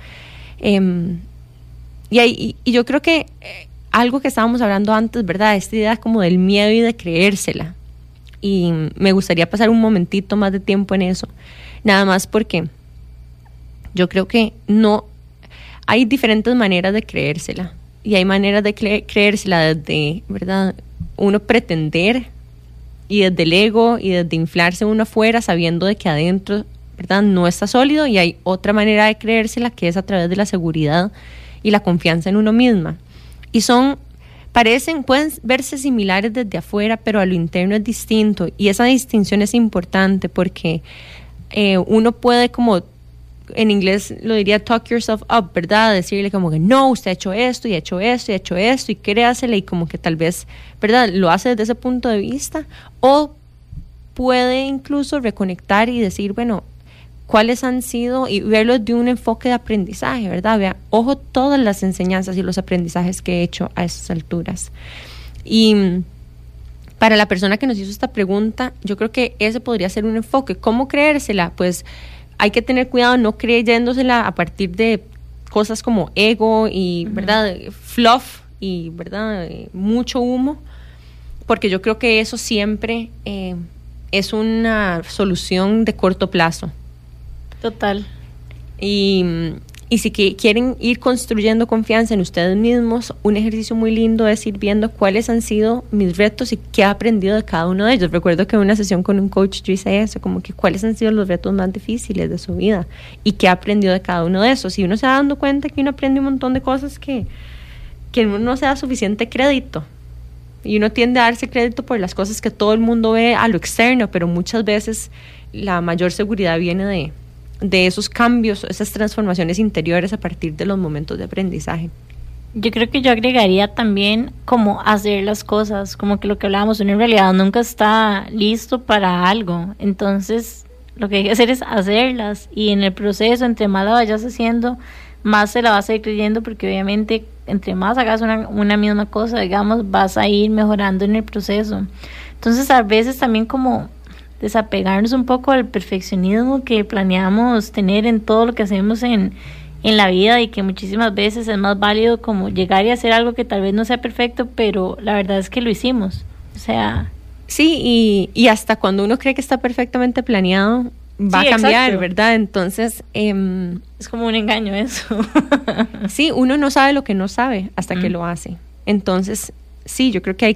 Y yo creo que algo que estábamos hablando antes, ¿verdad? Esta idea como del miedo y de creérsela. Y me gustaría pasar un momentito más de tiempo en eso. Nada más porque yo creo que no... Hay diferentes maneras de creérsela. Y hay maneras de creérsela desde, ¿verdad?, uno pretender, y desde el ego y desde inflarse uno afuera sabiendo de que adentro, ¿verdad?, no está sólido. Y hay otra manera de creérsela que es a través de la seguridad y la confianza en uno misma. Y pueden verse similares desde afuera, pero a lo interno es distinto. Y esa distinción es importante porque uno puede, como en inglés lo diría, talk yourself up, ¿verdad? Decirle como que no, usted ha hecho esto y ha hecho esto y ha hecho esto, y créasele, y como que tal vez, ¿verdad?, lo hace desde ese punto de vista. O puede incluso reconectar y decir, bueno, cuáles han sido, y verlo de un enfoque de aprendizaje, ¿verdad? Vea, ojo, todas las enseñanzas y los aprendizajes que he hecho a esas alturas. Y para la persona que nos hizo esta pregunta, yo creo que ese podría ser un enfoque. ¿Cómo creérsela? Pues hay que tener cuidado no creyéndosela a partir de cosas como ego y, ¿verdad? Fluff y, ¿verdad? Mucho humo, porque yo creo que eso siempre es una solución de corto plazo. Total. Y si quieren ir construyendo confianza en ustedes mismos, un ejercicio muy lindo es ir viendo cuáles han sido mis retos y qué he aprendido de cada uno de ellos. Recuerdo que en una sesión con un coach yo hice eso, como que cuáles han sido los retos más difíciles de su vida y qué ha aprendido de cada uno de esos. Y uno se va dando cuenta que uno aprende un montón de cosas que uno no se da suficiente crédito. Y uno tiende a darse crédito por las cosas que todo el mundo ve a lo externo, pero muchas veces la mayor seguridad viene de esos cambios, esas transformaciones interiores a partir de los momentos de aprendizaje. Yo creo que yo agregaría también como hacer las cosas, como que lo que hablábamos, uno en realidad nunca está listo para algo, entonces lo que hay que hacer es hacerlas, y en el proceso, entre más la vayas haciendo, más se la vas a ir creyendo, porque obviamente entre más hagas una misma cosa, digamos, vas a ir mejorando en el proceso. Entonces a veces también como desapegarnos un poco del perfeccionismo que planeamos tener en todo lo que hacemos en la vida, y que muchísimas veces es más válido como llegar y hacer algo que tal vez no sea perfecto, pero la verdad es que lo hicimos. O sea... Sí, y hasta cuando uno cree que está perfectamente planeado, va a cambiar, exacto, ¿verdad? Entonces... es como un engaño eso. Sí, uno no sabe lo que no sabe hasta que lo hace. Entonces, sí, yo creo que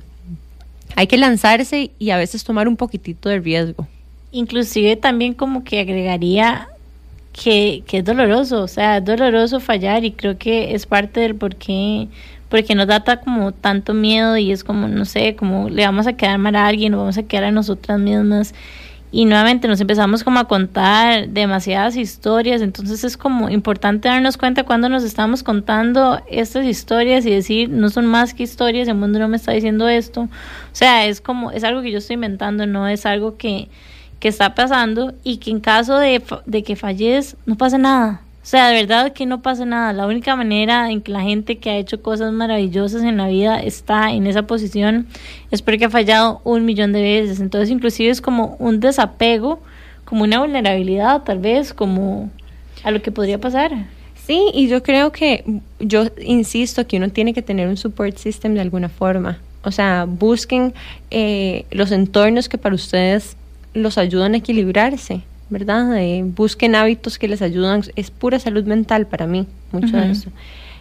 hay que lanzarse y a veces tomar un poquitito de riesgo. Inclusive también como que agregaría que es doloroso, o sea, es doloroso fallar, y creo que es parte del porque nos da como tanto miedo, y es como, no sé, como le vamos a quedar mal a alguien, o vamos a quedar a nosotras mismas, y nuevamente nos empezamos como a contar demasiadas historias. Entonces es como importante darnos cuenta cuando nos estamos contando estas historias y decir, no son más que historias, el mundo no me está diciendo esto. O sea, es algo que yo estoy inventando, no es algo que está pasando, y que en caso de que falles, no pasa nada. O sea, de verdad que no pasa nada. La única manera en que la gente que ha hecho cosas maravillosas en la vida está en esa posición es porque ha fallado 1,000,000 de veces. Entonces, inclusive es como un desapego, como una vulnerabilidad, tal vez, como a lo que podría pasar. Sí, y yo creo que, yo insisto que uno tiene que tener un support system de alguna forma. O sea, busquen los entornos que para ustedes los ayudan a equilibrarse, ¿verdad? Busquen hábitos que les ayudan. Es pura salud mental para mí, mucho de eso.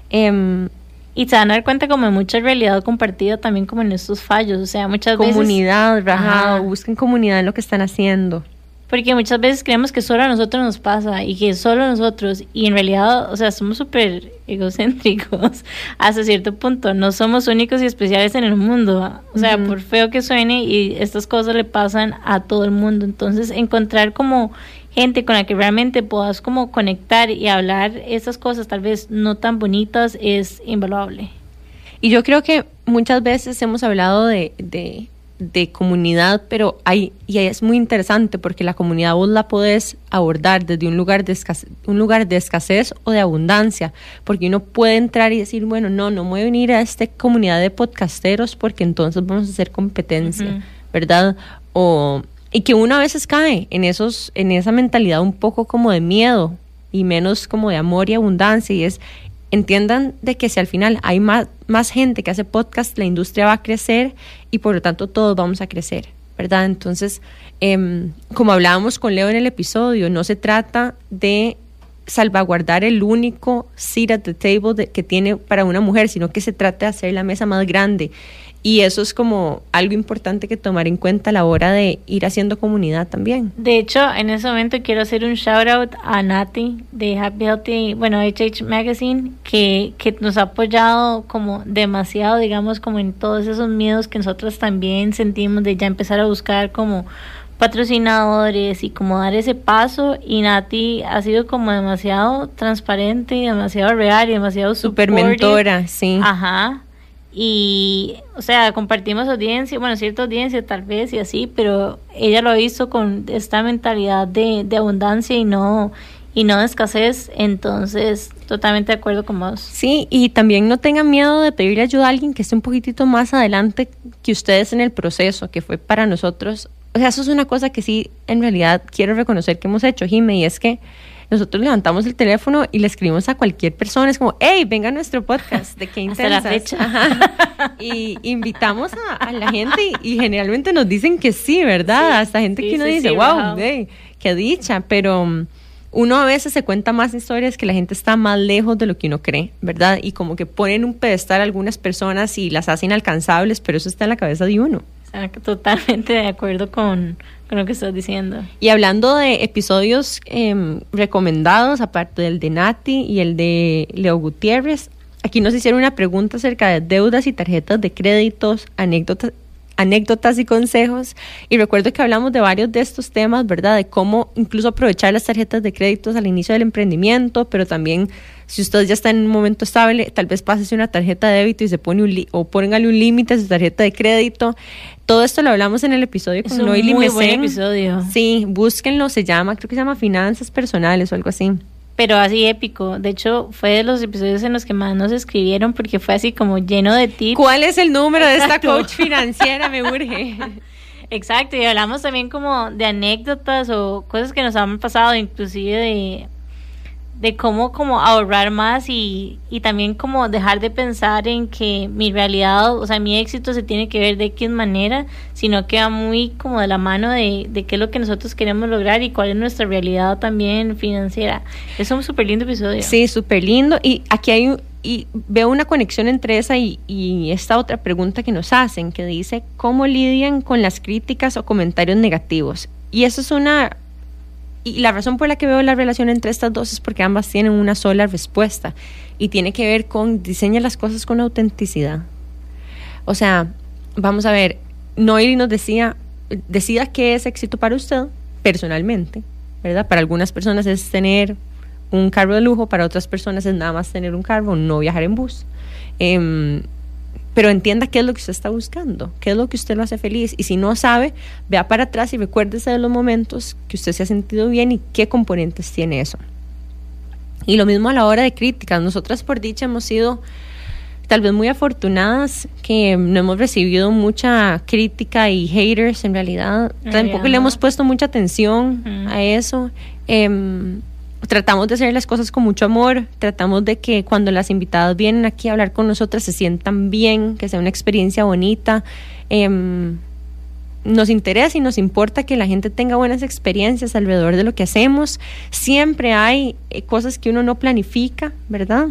Y se van a dar cuenta como de mucha realidad compartida también como en estos fallos. O sea, muchas comunidad, rajado, busquen comunidad en lo que están haciendo. Porque muchas veces creemos que solo a nosotros nos pasa, y que solo a nosotros, y en realidad, o sea, somos súper egocéntricos hasta cierto punto. No somos únicos y especiales en el mundo. O sea, por feo que suene, y estas cosas le pasan a todo el mundo. Entonces, encontrar como gente con la que realmente puedas como conectar y hablar esas cosas tal vez no tan bonitas es invaluable. Y yo creo que muchas veces hemos hablado de comunidad, pero es muy interesante, porque la comunidad vos la podés abordar desde un lugar de escasez o de abundancia, porque uno puede entrar y decir, bueno, no voy a venir a esta comunidad de podcasteros porque entonces vamos a hacer competencia, ¿verdad? Y que uno a veces cae en esa mentalidad un poco como de miedo y menos como de amor y abundancia, y entiendan de que si al final hay más gente que hace podcast, la industria va a crecer y por lo tanto todos vamos a crecer, ¿verdad? Entonces, como hablábamos con Leo en el episodio, no se trata de salvaguardar el único seat at the table que tiene para una mujer, sino que se trata de hacer la mesa más grande. Y eso es como algo importante que tomar en cuenta a la hora de ir haciendo comunidad también. De hecho, en ese momento quiero hacer un shout out a Nati de Happy Healthy, HH Magazine, que nos ha apoyado como demasiado, digamos, como en todos esos miedos que nosotros también sentimos de ya empezar a buscar como patrocinadores y como dar ese paso. Y Nati ha sido como demasiado transparente y demasiado real y demasiado súper mentora, sí. Ajá. Y, o sea, compartimos audiencia, bueno, cierta audiencia tal vez y así, pero ella lo hizo con esta mentalidad de abundancia y no de escasez. Entonces, totalmente de acuerdo con vos. Sí, y también no tengan miedo de pedirle ayuda a alguien que esté un poquitito más adelante que ustedes en el proceso, que fue para nosotros. O sea, eso es una cosa que sí, en realidad, quiero reconocer que hemos hecho, Jime, y es que nosotros levantamos el teléfono y le escribimos a cualquier persona, es como, hey, venga a nuestro podcast, de qué intensas. Hasta la fecha. Ajá. Y invitamos a la gente y generalmente nos dicen que sí, ¿verdad? Sí, hasta gente sí, que uno sí, dice, sí, wow, hey, qué dicha, pero uno a veces se cuenta más historias que la gente está más lejos de lo que uno cree, ¿verdad? Y como que ponen un pedestal a algunas personas y las hacen inalcanzables, pero eso está en la cabeza de uno. Totalmente de acuerdo con lo que estás diciendo. Y hablando de episodios recomendados, aparte del de Nati y el de Leo Gutiérrez, aquí nos hicieron una pregunta acerca de deudas y tarjetas de créditos, anécdotas y consejos, y recuerdo que hablamos de varios de estos temas, ¿verdad? De cómo incluso aprovechar las tarjetas de créditos al inicio del emprendimiento, pero también si usted ya está en un momento estable, tal vez pásese una tarjeta de débito y se pone póngale un límite a su tarjeta de crédito. Todo esto lo hablamos en el episodio con Noily Mesen. Es un muy buen episodio. Sí, búsquenlo, creo que se llama Finanzas Personales o algo así. Pero así épico. De hecho, fue de los episodios en los que más nos escribieron porque fue así como lleno de tips. ¿Cuál es el número de esta coach financiera? Me urge. Exacto, y hablamos también como de anécdotas o cosas que nos han pasado, inclusive de cómo como ahorrar más y también como dejar de pensar en que mi realidad, o sea, mi éxito se tiene que ver de X manera, sino que va muy como de la mano de qué es lo que nosotros queremos lograr y cuál es nuestra realidad también financiera. Es un súper lindo episodio. Sí, súper lindo. Y aquí y veo una conexión entre esa y esta otra pregunta que nos hacen, que dice, ¿cómo lidian con las críticas o comentarios negativos? Y eso es y la razón por la que veo la relación entre estas dos es porque ambas tienen una sola respuesta y tiene que ver con diseña las cosas con autenticidad. O sea, vamos a ver, Noily nos decida qué es éxito para usted personalmente, ¿verdad? Para algunas personas es tener un carro de lujo, para otras personas es nada más tener un carro, no viajar en bus. Pero entienda qué es lo que usted está buscando, qué es lo que usted lo hace feliz, y si no sabe, vea para atrás y recuérdese de los momentos que usted se ha sentido bien y qué componentes tiene eso. Y lo mismo a la hora de críticas. Nosotras, por dicha, hemos sido tal vez muy afortunadas que no hemos recibido mucha crítica y haters en realidad. Tampoco le hemos puesto mucha atención a eso. Tratamos de hacer las cosas con mucho amor, tratamos de que cuando las invitadas vienen aquí a hablar con nosotras se sientan bien, que sea una experiencia bonita. Nos interesa y nos importa que la gente tenga buenas experiencias alrededor de lo que hacemos. Siempre hay cosas que uno no planifica, ¿verdad?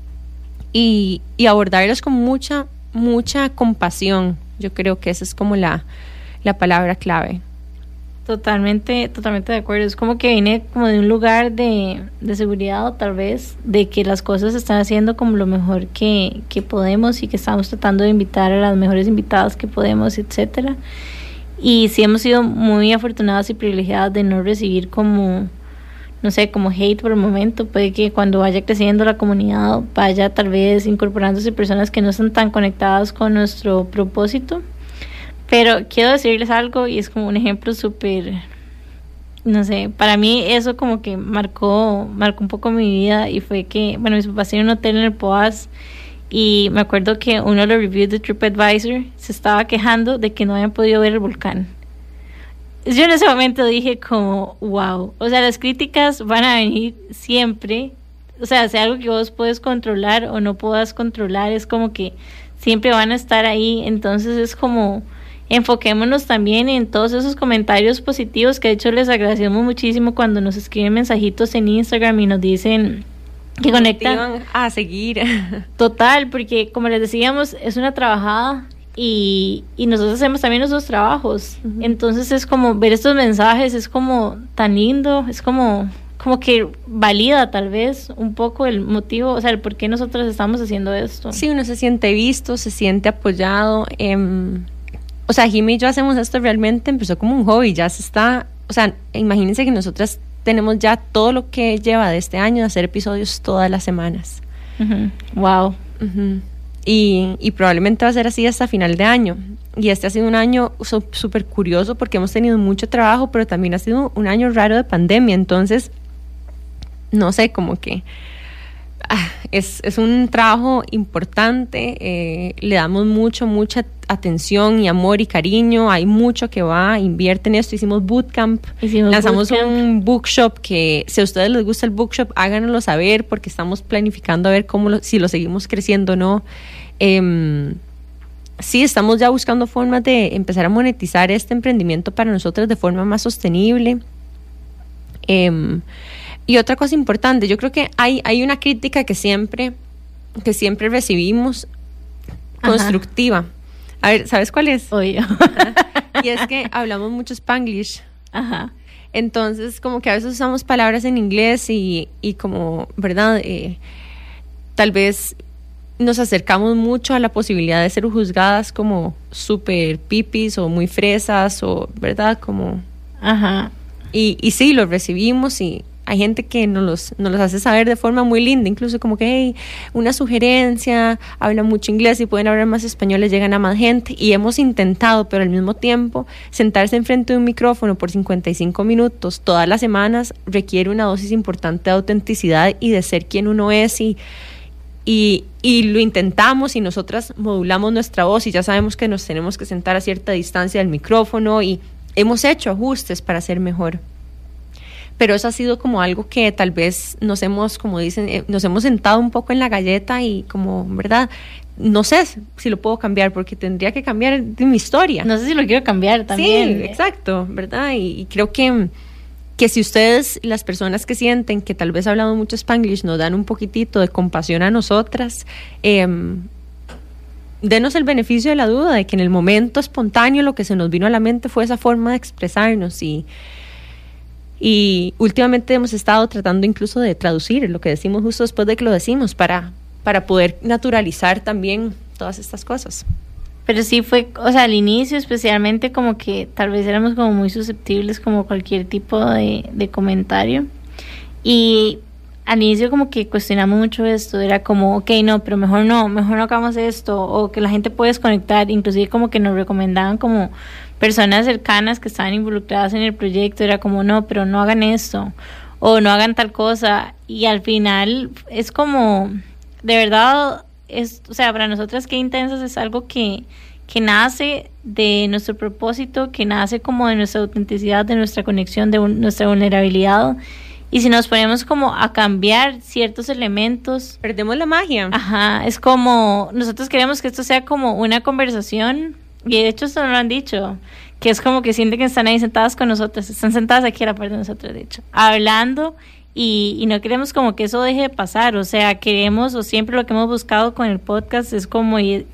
Y abordarlas con mucha compasión. Yo creo que esa es como la palabra clave. Totalmente de acuerdo. Es como que viene como de un lugar de seguridad, o tal vez, de que las cosas se están haciendo como lo mejor que podemos y que estamos tratando de invitar a las mejores invitadas que podemos, etcétera. Y sí hemos sido muy afortunadas y privilegiadas de no recibir como, no sé, como hate por el momento. Puede que cuando vaya creciendo la comunidad vaya tal vez incorporándose personas que no están tan conectadas con nuestro propósito. Pero quiero decirles algo y es como un ejemplo súper, no sé, para mí eso como que marcó un poco mi vida, y fue que, bueno, mis papás tienen un hotel en el Poás y me acuerdo que uno de los reviews de TripAdvisor se estaba quejando de que no habían podido ver el volcán. Yo en ese momento dije como, wow, o sea, las críticas van a venir siempre, o sea algo que vos puedes controlar o no puedas controlar, es como que siempre van a estar ahí. Entonces es como, enfoquémonos también en todos esos comentarios positivos, que de hecho les agradecemos muchísimo cuando nos escriben mensajitos en Instagram y nos dicen que conectan a seguir. Total, porque como les decíamos, es una trabajada y nosotros hacemos también nuestros trabajos. Entonces es como ver estos mensajes, es como tan lindo, es como que valida tal vez un poco el motivo, o sea, el por qué nosotros estamos haciendo esto. Sí, uno se siente visto, se siente apoyado. O sea, Jimmy y yo hacemos esto realmente, empezó como un hobby, ya se está, o sea, imagínense que nosotras tenemos ya todo lo que lleva de este año de hacer episodios todas las semanas. Wow. Y probablemente va a ser así hasta final de año. Y este ha sido un año súper curioso porque hemos tenido mucho trabajo, pero también ha sido un año raro de pandemia. Entonces, no sé, como que es un trabajo importante, le damos mucha atención y amor y cariño, hay mucho que invierte en esto. Hicimos bootcamp, lanzamos un bookshop que si a ustedes les gusta el bookshop, háganoslo saber porque estamos planificando a ver si lo seguimos creciendo o no. Sí, estamos ya buscando formas de empezar a monetizar este emprendimiento para nosotros de forma más sostenible. Y otra cosa importante, yo creo que hay una crítica que siempre recibimos, constructiva. A ver, ¿sabes cuál es? Oye. Y es que hablamos mucho Spanglish. Ajá. Entonces, como que a veces usamos palabras en inglés y como, ¿verdad? Tal vez nos acercamos mucho a la posibilidad de ser juzgadas como súper pipis o muy fresas o, ¿verdad? Como... Ajá. Y sí, los recibimos y hay gente que nos los hace saber de forma muy linda, incluso como que, hey, una sugerencia, hablan mucho inglés y pueden hablar más español, les llegan a más gente. Y hemos intentado, pero al mismo tiempo, sentarse enfrente de un micrófono por 55 minutos todas las semanas requiere una dosis importante de autenticidad y de ser quien uno es y lo intentamos y nosotras modulamos nuestra voz y ya sabemos que nos tenemos que sentar a cierta distancia del micrófono y hemos hecho ajustes para ser mejor. Pero eso ha sido como algo que tal vez nos hemos, como dicen, nos hemos sentado un poco en la galleta y como, ¿verdad? No sé si lo puedo cambiar porque tendría que cambiar de mi historia. No sé si lo quiero cambiar también. Sí, exacto, ¿verdad? Y creo que si ustedes, las personas que sienten que tal vez hablamos mucho Spanglish, nos dan un poquitito de compasión a nosotras, denos el beneficio de la duda de que en el momento espontáneo lo que se nos vino a la mente fue esa forma de expresarnos y últimamente hemos estado tratando incluso de traducir lo que decimos justo después de que lo decimos para poder naturalizar también todas estas cosas. Pero sí fue, o sea, al inicio especialmente como que tal vez éramos como muy susceptibles como cualquier tipo de comentario y al inicio como que cuestionamos mucho esto, era como, ok, no, pero mejor no hagamos esto, o que la gente puede desconectar, inclusive como que nos recomendaban como personas cercanas que estaban involucradas en el proyecto, era como, no, pero no hagan esto, o no hagan tal cosa, y al final es como, de verdad, o sea, para nosotras Qué Intensas es algo que nace de nuestro propósito, que nace como de nuestra autenticidad, de nuestra conexión, de nuestra vulnerabilidad. Y si nos ponemos como a cambiar ciertos elementos, perdemos la magia. Ajá, es como, nosotros queremos que esto sea como una conversación, y de hecho esto nos lo han dicho, que es como que sienten que están ahí sentadas con nosotras, están sentadas aquí a la par de nosotros, de hecho, hablando, y no queremos como que eso deje de pasar, o sea, queremos, o siempre lo que hemos buscado con el podcast es como, el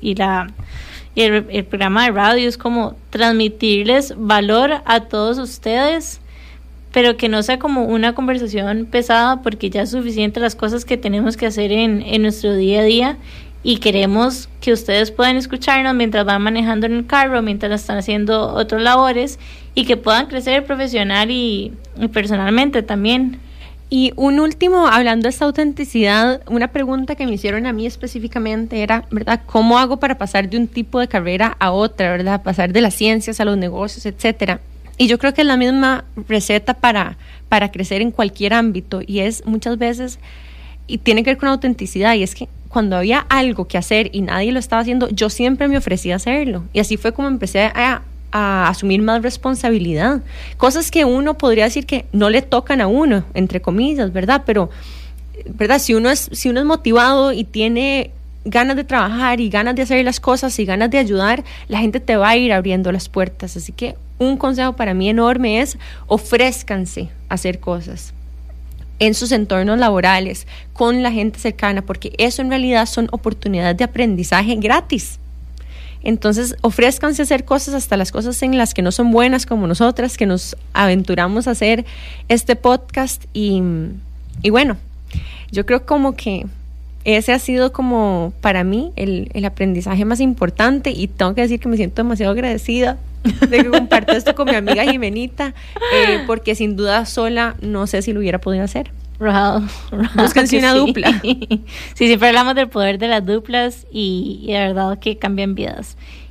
programa de radio es como transmitirles valor a todos ustedes, pero que no sea como una conversación pesada porque ya es suficiente las cosas que tenemos que hacer en nuestro día a día y queremos que ustedes puedan escucharnos mientras van manejando en el carro, mientras están haciendo otras labores y que puedan crecer profesional y personalmente también. Y un último, hablando de esta autenticidad, una pregunta que me hicieron a mí específicamente era, ¿verdad? ¿Cómo hago para pasar de un tipo de carrera a otra, ¿verdad? Pasar de las ciencias a los negocios, etcétera. Y yo creo que es la misma receta para crecer en cualquier ámbito y es muchas veces, y tiene que ver con autenticidad, y es que cuando había algo que hacer y nadie lo estaba haciendo, yo siempre me ofrecía a hacerlo. Y así fue como empecé a asumir más responsabilidad. Cosas que uno podría decir que no le tocan a uno, entre comillas, ¿verdad? Pero, ¿verdad? Si uno es motivado y tiene ganas de trabajar y ganas de hacer las cosas y ganas de ayudar, la gente te va a ir abriendo las puertas. Así que un consejo para mí enorme es ofrézcanse a hacer cosas en sus entornos laborales, con la gente cercana, porque eso en realidad son oportunidades de aprendizaje gratis. Entonces, ofrézcanse a hacer cosas, hasta las cosas en las que no son buenas, como nosotras, que nos aventuramos a hacer este podcast. Y bueno, yo creo como que ese ha sido como para mí el aprendizaje más importante, y tengo que decir que me siento demasiado agradecida de que comparto esto con mi amiga Jimenita, porque sin duda sola no sé si lo hubiera podido hacer. Búsquense una dupla. Sí, siempre hablamos del poder de las duplas y de verdad que cambian vidas.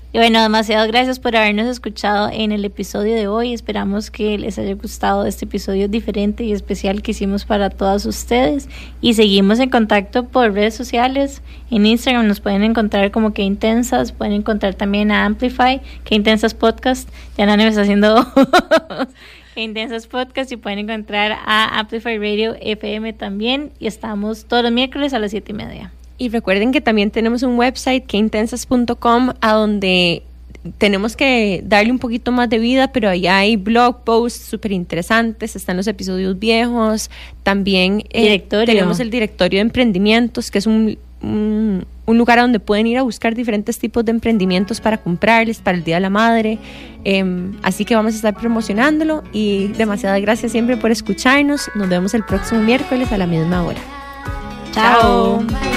Y bueno, demasiadas gracias por habernos escuchado en el episodio de hoy. Esperamos que les haya gustado este episodio diferente y especial que hicimos para todas ustedes. Y seguimos en contacto por redes sociales. En Instagram nos pueden encontrar como Que Intensas. Pueden encontrar también a Amplify, Que Intensas Podcast. Ya Nani me está haciendo Que Intensas Podcast. Y pueden encontrar a Amplify Radio FM también. Y estamos todos los miércoles a las 7:30. Y recuerden que también tenemos un website, queintensas.com, a donde tenemos que darle un poquito más de vida, pero ahí hay blog posts súper interesantes, están los episodios viejos, también tenemos el directorio de emprendimientos, que es un lugar a donde pueden ir a buscar diferentes tipos de emprendimientos para comprarles para el Día de la Madre. Así que vamos a estar promocionándolo y demasiadas gracias siempre por escucharnos. Nos vemos el próximo miércoles a la misma hora. Chao.